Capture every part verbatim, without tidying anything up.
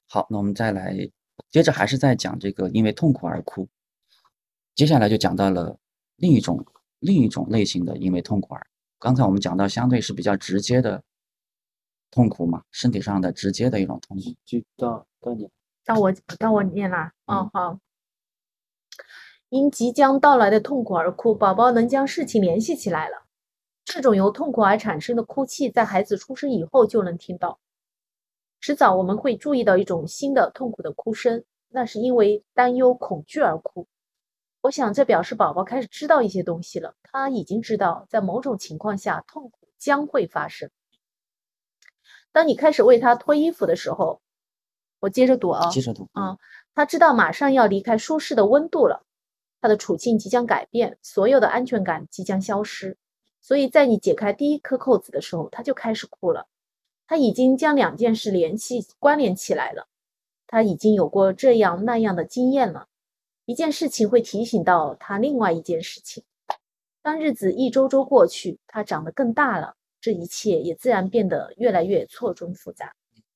好，那我们再来，接着还是在讲这个因为痛苦而哭。接下来就讲到了另一种另一种类型的因为痛苦而。刚才我们讲到相对是比较直接的痛苦嘛，身体上的直接的一种痛苦。 就到到你， 到我到我念啦。 嗯哦，好。因即将到来的痛苦而哭，宝宝能将事情联系起来了。这种由痛苦而产生的哭泣，在孩子出生以后就能听到。迟早我们会注意到一种新的痛苦的哭声，那是因为担忧、恐惧而哭。我想这表示宝宝开始知道一些东西了，他已经知道在某种情况下痛苦将会发生。当你开始为他脱衣服的时候，我接着读啊， 接着读啊，他知道马上要离开舒适的温度了，他的处境即将改变，所有的安全感即将消失。所以在你解开第一颗扣子的时候，他就开始哭了。他已经将两件事联系关联起来了，他已经有过这样那样的经验了。一件事情会提醒到他另外一件事情。当日子一周周过去，他长得更大了，这一切也自然变得越来越错综复杂。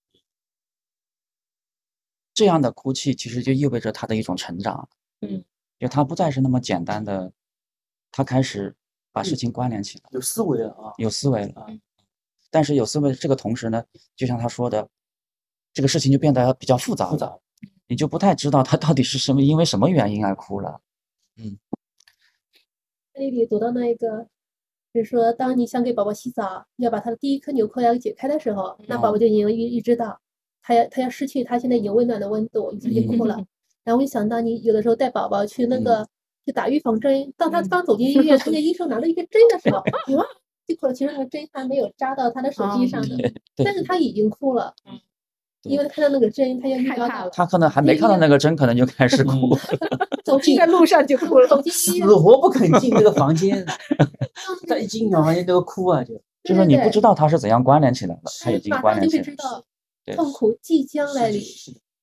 这样的哭泣其实就意味着他的一种成长， 嗯， 就他不再是那么简单的，他开始把事情关联起来， 有思维了啊， 有思维了。 嗯但是有思维这个同时呢，就像他说的，这个事情就变得比较复杂了， 复杂， 你就不太知道他到底是什么因为什么原因而哭了。 这里读到那一个，比如说，当你想给宝宝洗澡，要把他的第一颗纽扣要解开的时候，那宝宝就已经预预知到，他要他要失去他现在已经温暖的温度，他就哭了。 嗯然后我就想到你有的时候带宝宝去那个、 嗯去打预防针，当他嗯刚走进医院，看见医生拿了一根针的时候，你哇就哭了。其实那个针还没有扎到他的手机上的， 对但是他已经哭了， 嗯因为他看到那个针，他要预害怕了料到了。 他可能还没看到那个针，可能就开始哭。 走进在路上就哭了。 走进医院死，活不肯进那个房间，他一进小房间都要哭啊，就就是说你不知道它是怎样关联起来的，它已经马上就关联起来了。 会知道对痛苦即将来临。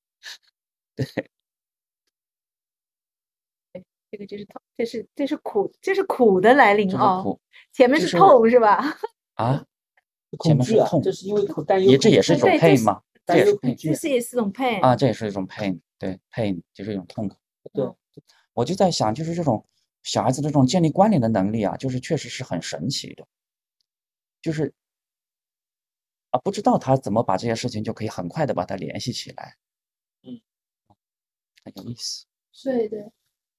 这个就是痛，这是这是苦，这是苦的来临这是哦。 苦前面是就是痛是吧？ 啊，前恐惧啊， 面是痛， 这是因为恐担忧， 也这也是一种对这 pain 是嘛，这担也是忧恐 pain 惧这是也是种 pain 啊，这也是一种 pain，对 pain 就是一种痛苦。 对， 我就在想，就是这种小孩子这种建立关联的能力啊，就是确实是很神奇的，就是啊，不知道他怎么把这些事情就可以很快的把它联系起来， 嗯， 很有意思。 对对，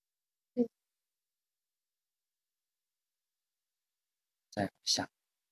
再往下，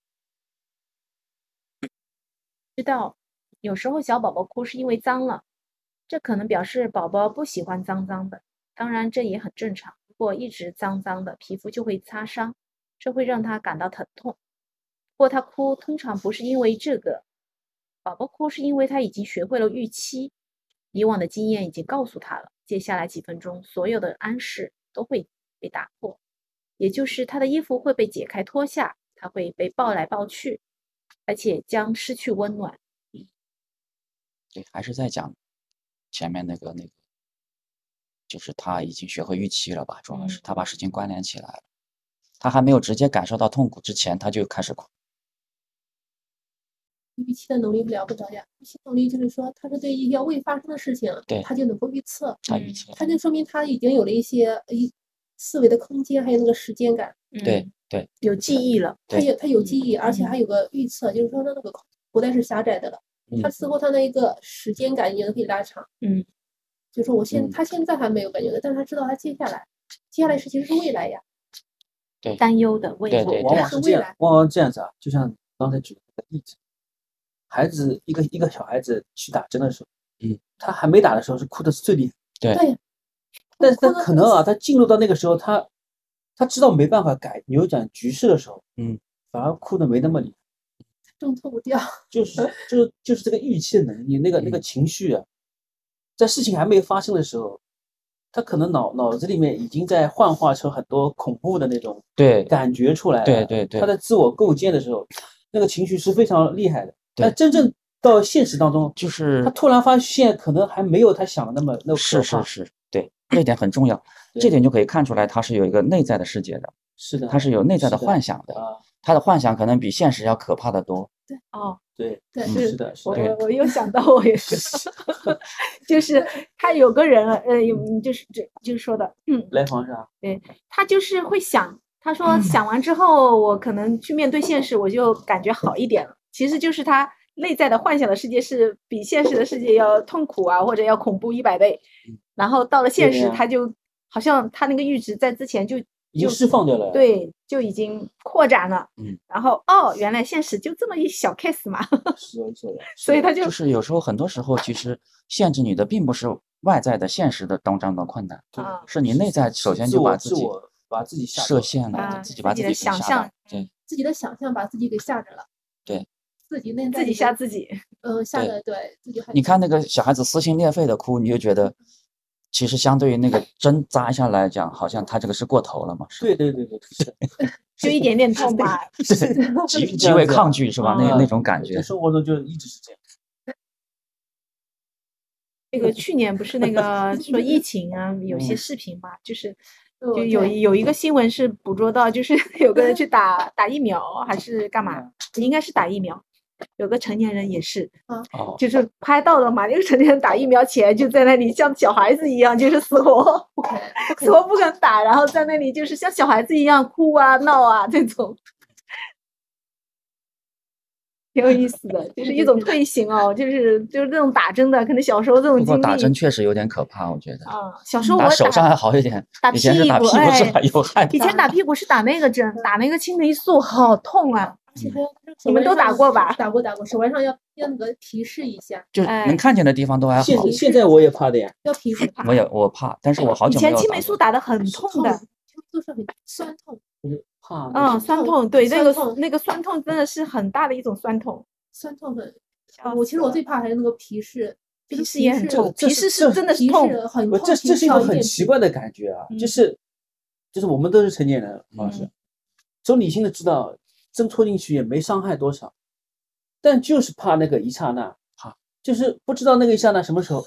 知道有时候小宝宝哭是因为脏了，这可能表示宝宝不喜欢脏脏的，当然这也很正常。如果一直脏脏的，皮肤就会擦伤，这会让他感到疼痛。不过他哭通常不是因为这个，宝宝哭是因为他已经学会了预期，以往的经验已经告诉他了，接下来几分钟所有的暗示都会被打破，也就是他的衣服会被解开脱下，他会被抱来抱去，而且将失去温暖。 对，还是在讲前面那个那个，就是他已经学会预期了吧，主要是嗯他把事情关联起来了，他还没有直接感受到痛苦之前，他就开始哭。 预期的能力了不得呀！预期能力就是说，他是对一些未发生的事情， 对他就能够预测， 他预测， 他就说明他已经有了一些一思维的空间，还有那个时间感， 对嗯， 对有记忆了。 对他有他有记忆，而且还有个预测，就是说他那个空不再是狭窄的了， 嗯他似乎他那一个时间感也可以拉长。 嗯， 就说我现嗯他现在还没有感觉的，但是他知道他接下来，接下来是其实是未来呀。 担忧的未来。 对对往往是这样是未来， 往往这样子啊，就像刚才举的那个例子，孩子一个一个小孩子去打针的时候， 嗯， 他还没打的时候是哭的是最厉害， 对对， 但是他哭得可能啊，他进入到那个时候，他他知道没办法改扭转局势的时候， 嗯， 反而哭的没那么厉害， 挣脱不掉。 就是就是就是这个预期的能力，那个那个情绪啊，在事情还没有发生的时候，他可能脑脑子里面已经在幻化出很多恐怖的那种对感觉出来了。 对对对他在自我构建的时候，那个情绪是非常厉害的。 对但真正到现实当中， 就是他突然发现可能还没有他想的那么那么是可怕。 是是，对，这点很重要， 对这点就可以看出来他是有一个内在的世界的， 是的， 他是有内在的是的幻想的， 啊， 他的幻想可能比现实要可怕的多。 哦， 对对嗯是的，是我的， 对我我又想到我也是，就是他有个人，呃，有就是这就是说的，嗯， 来访是吧？ 对，他就是会想，他说想完之后，我可能去面对现实，我就感觉好一点了。其实就是他内在的幻想的世界是比现实的世界要痛苦啊，或者要恐怖一百倍。然后到了现实， 对的呀他就好像他那个阈值在之前就已经就释放掉了。， 对就已经扩展了。 嗯， 然后哦，原来现实就这么一小 case 嘛， 是的，是的。 所以他就就是有时候很多时候其实限制你的并不是外在的现实的当中的困难， 啊是你内在首先自就把自己我自我把自己吓设到限了， 啊自己把自己的自己给吓想象到，对， 自己的想象把自己给吓着了， 对， 自己内在自己里面， 吓自己。 嗯，吓对得对自己很。 你看那个小孩子撕心裂肺的哭，你就觉得其实相对于那个针扎下来讲，好像他这个是过头了嘛，是吧对对对对，是的就一点点痛吧， 极极为抗拒是吧？那啊那种感觉在，生活中就一直是这样。 那个去年不是那个说疫情啊，有些嗯视频嘛，就是嗯就有对有一个新闻是捕捉到，就是有个人去打打疫苗还是干嘛，应该是打疫苗，有个成年人也是， 哦， 就是拍到了嘛，那个成年人打疫苗前就在那里像小孩子一样，就是死活不肯不肯死活不肯打，然后在那里就是像小孩子一样哭啊闹啊这种。挺有意思的，就是一种退行哦，就是就是这种打针的，可能小时候这种经历不过打针确实有点可怕，我觉得。 啊，小时候我打手上还好一点， 打以前是打屁股屁股是哎还有害以前怕。 打屁股是打那个针，打那个青霉素，好痛啊！ 而且还要你们都打过吧打过打过，手腕上要要那个提示一下， 就是哎能看见的地方都还好。 现现在我也怕的呀， 要提示。 我也我怕，但是我好以久没有打前青霉素过。 打的很痛的， 都是很酸痛， 就是怕那嗯， 种酸痛，对，那个酸痛那个酸痛真的是很大的一种酸痛。 酸痛很。 笑我其实我死了最怕还是那个皮试，就是皮试也很试痛，皮这是这试是真的是皮痛。 试很痛， 不这这是一种很少一点皮奇怪的感觉啊， 嗯就是就是我们都是成年人，老师嗯， 从理性的知道针戳进去也没伤害多少，但就是怕那个一刹那， 怕就是不知道那个一刹那什么时候，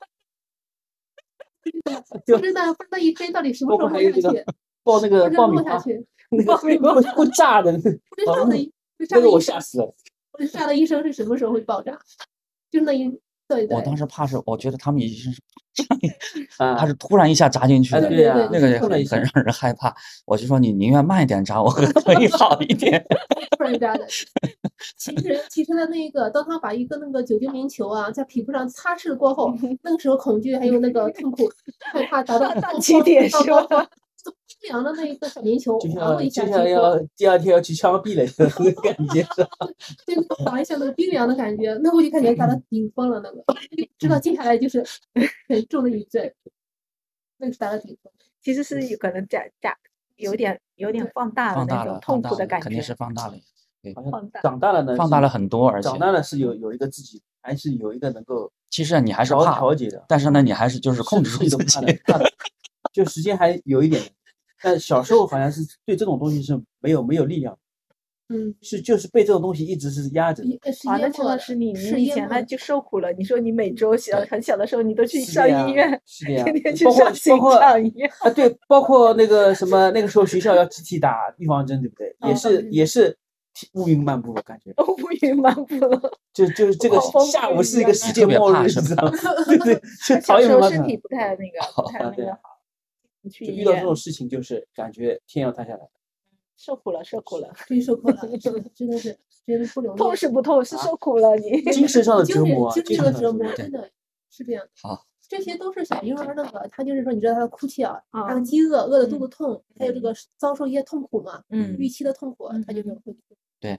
不知道不知道一针到底什么包时候落下括还有这个去， 爆那不个爆米知道落下花， 去， 那个会会炸的，那个不知道的一不知道那个我的一吓死了。 不知道的医生是什么时候会爆炸，就是那一对对我当时怕是，我觉得他们已经是， 啊他是突然一下扎进去的， 啊对呀对那个也突然一下很很让人害怕。我就说你宁愿慢一点扎，我可以好一点。 突然扎的。其实其实他那个，当他把一个那个酒精棉球啊在皮肤上擦拭过后，那个时候恐惧还有那个痛苦害怕达到到极点是吧？ 冰凉的那一个小棉球就划了一下肌像就像要肤， 第二天要去枪毙了那个感觉是吧？ 对，那个划一下那个冰凉的感觉，那我就感觉达到顶峰了，那个知道接下来就是很重的一针，那个是达到顶峰。 其实是有可能加加有点有点放大了放大了， 那种痛放大了， 苦的感觉肯定是，放大了， 好放大像长大了呢， 放大了很多，而且长大了是有有一个自己，还是有一个能够其实你还是调怕调节的， 但是呢，你还是就是控制住自是一种怕的己。 怕的，就时间还有一点，但小时候好像是对这种东西是没有没有力量， 嗯， 是就是被这种东西一直是压着的。 呃是啊，那淹没的， 真的是你是你以淹没的前那就受苦了。你说你每周小对很小的时候，你都去上是的呀医院， 是的呀天天去包括上心包括脏医院。 啊，对，包括那个什么，那个时候学校要集体打预防针，对不对？也是嗯也是乌云漫步，我感觉乌云漫步了。 就就是这个好丰富下午是一个世特别界末日， 怕是你知道吗？对对，就小讨厌嘛时候身体不太那个，不太那对个好。你去医院就遇到这种事情，就是感觉天要塌下来。 受苦了，受苦了。 真受苦了，真的真的是真的不容易。 痛是不痛，是啊受苦了你。 精神上的折精神磨啊， 精精神的折磨， 神上的折磨。 真的是这样。 好， 这些都是小婴儿那个，他就是说，你知道他的哭泣啊， 啊他的饥饿，饿的肚子痛，还有这个遭受一些痛苦嘛， 嗯预期的痛苦嗯， 他就是会哭。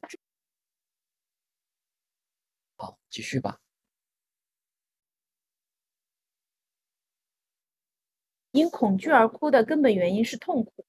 好，继续吧。 因恐惧而哭的根本原因是痛苦。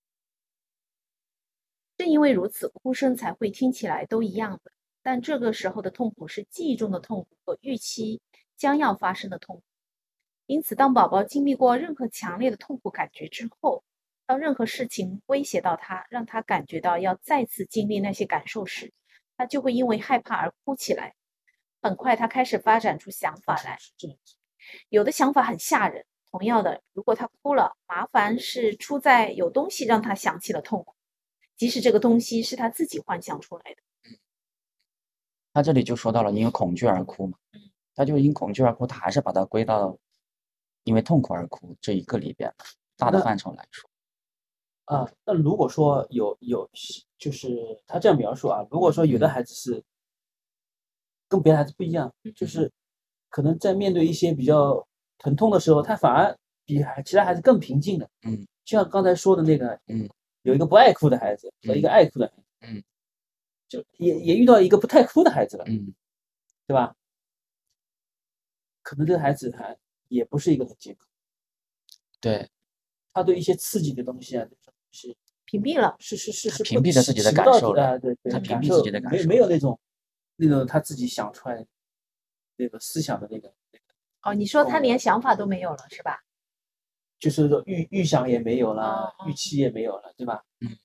正因为如此，哭声才会听起来都一样的。但这个时候的痛苦是记忆中的痛苦和预期将要发生的痛苦。因此，当宝宝经历过任何强烈的痛苦感觉之后，当任何事情威胁到他，让他感觉到要再次经历那些感受时，他就会因为害怕而哭起来。很快，他开始发展出想法来，有的想法很吓人。同样的，如果他哭了，麻烦是出在有东西让他想起了痛苦，即使这个东西是他自己幻想出来的。 他这里就说到了因为恐惧而哭嘛，他就因恐惧而哭，他还是把它归到因为痛苦而哭这一个里边大的那范畴来说。 啊，那如果说有有，就是他这样描述啊，如果说有的嗯孩子是跟别的孩子不一样，就是可能在面对一些比较疼痛的时候，他反而比孩其他孩子更平静的。 嗯就像刚才说的那个， 嗯有一个不爱哭的孩子和一个爱哭的孩子， 嗯就也也遇到一个不太哭的孩子了， 嗯， 对吧？可能这个孩子还也不是一个很健康， 对， 他对一些刺激的东西啊，这种东西屏蔽了。 是是是是屏不蔽了自己的起不到感受了啊，对对， 他屏感受蔽自己的感没受了没有那种那种他自己想出来那个思想的那个那个， 哦，你说他连想法都没有了是吧？ 就是说预预想也没有了哦，哦预期也没有了，对吧？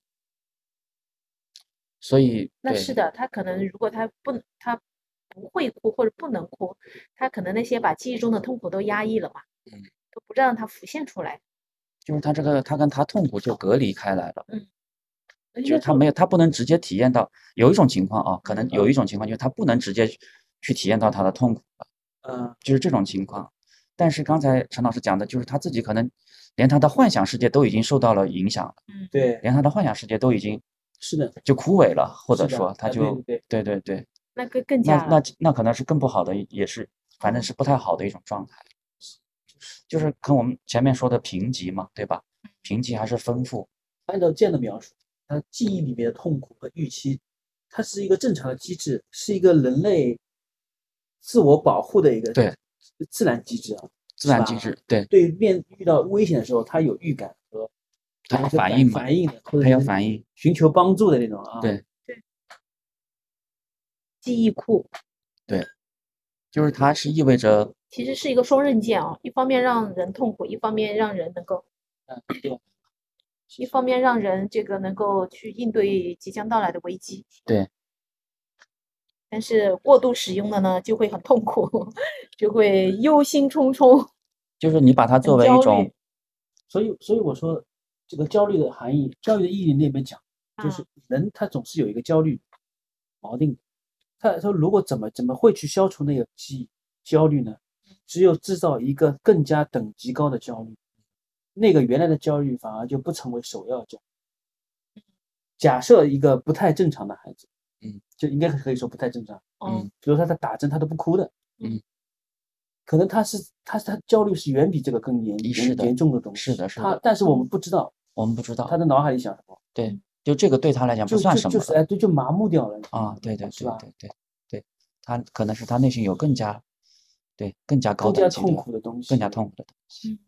所以对那是的，他可能如果他不他不会哭或者不能哭，他可能那些把记忆中的痛苦都压抑了嘛， 嗯都不让它浮现出来。 就是他这个他跟他痛苦就隔离开来了， 应该说就是他没有他不能直接体验到。有一种情况啊，可能嗯有一种情况就是他不能直接去体验到他的痛苦了， 嗯就是这种情况。但是刚才陈老师讲的，就是他自己可能连他的幻想世界都已经受到了影响了， 嗯， 对， 连他的幻想世界都已经是的， 就枯萎了，或者是的啊说他就对对对对对， 那个更那加了。 那那可能是更不好的，也是反正是不太好的一种状态，就是跟我们前面说的贫瘠嘛，对吧？贫瘠还是丰富， 按照这样的描述，他记忆里面的痛苦和预期，它是一个正常的机制，是一个人类自我保护的一个对自然机制啊， 自然是吧机制，对， 对面遇到危险的时候，他有预感和它有一个反应嘛反应的，或者它要是反应， 寻求帮助的那种啊。 对记忆库就是它是意味着其实是一个双刃剑啊，一方面让人痛苦，一方面让人能够， 嗯，对， 一方面让人这个能够去应对即将到来的危机。 对但是过度使用的呢，就会很痛苦，就会忧心忡忡， 就是你把它作很焦为一种虑。 所以所以我说这个焦虑的含义，焦虑的意义那边讲，就是人他总是有一个焦虑锚定的。他说如果怎么怎么会去消除那个记焦虑呢？只有制造一个更加等级高的焦虑，那个原来的焦虑反而就不成为首要焦虑。假设一个不太正常的孩子， 嗯， 就应该可以说不太正常， 嗯比如说他打针他都不哭的， 嗯， 可能他是他他焦虑是远比这个更严严是的严重的东西， 是的是的他但是我们不知道我们不知道他的脑海里想什么， 对，就这个对他来讲不就算什么了就就是哎对，就麻木掉了啊，对对是吧？ 对对对对，他可能是他内心有更加对更加高更加痛等级的苦的东西， 更加痛苦的东西。 嗯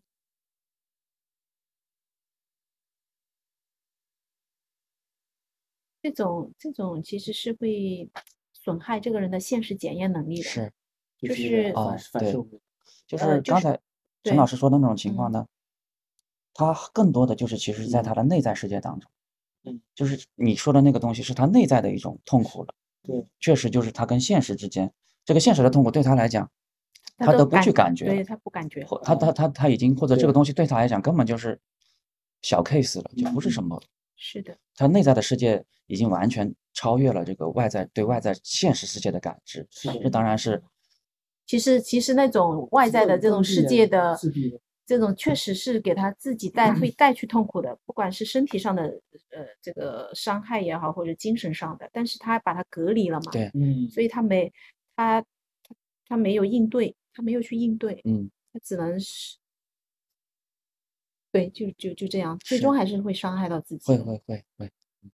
这种这种其实是会损害这个人的现实检验能力的。 是， 就就是有点哦对反反射物， 就是呃就是刚才陈对老师说的那种情况嗯呢，他更多的就是其实在嗯他的内在世界当中， 嗯， 就是你说的那个东西是他内在的一种痛苦了。 对， 确实就是他跟现实之间，这个现实的痛苦对他来讲，他都不去感觉了， 对他不感觉。 或他他他他已经或者这对个东西对他来讲根本就是小 case 了，就不是嗯什么， 是的， 他内在的世界已经完全超越了这个外在对外在现实世界的感知， 是的这当然是其实其实那种外在的这种世界的自闭的， 这种确实是给他自己带会带去痛苦的，不管是身体上的呃这个伤害也好，或者精神上的，但是他把它隔离了嘛， 对， 嗯， 所以他没他他他没有应对，他没有去应对， 嗯他只能是对，就就就这样，最是终还是会伤害到自己会的。 会会会，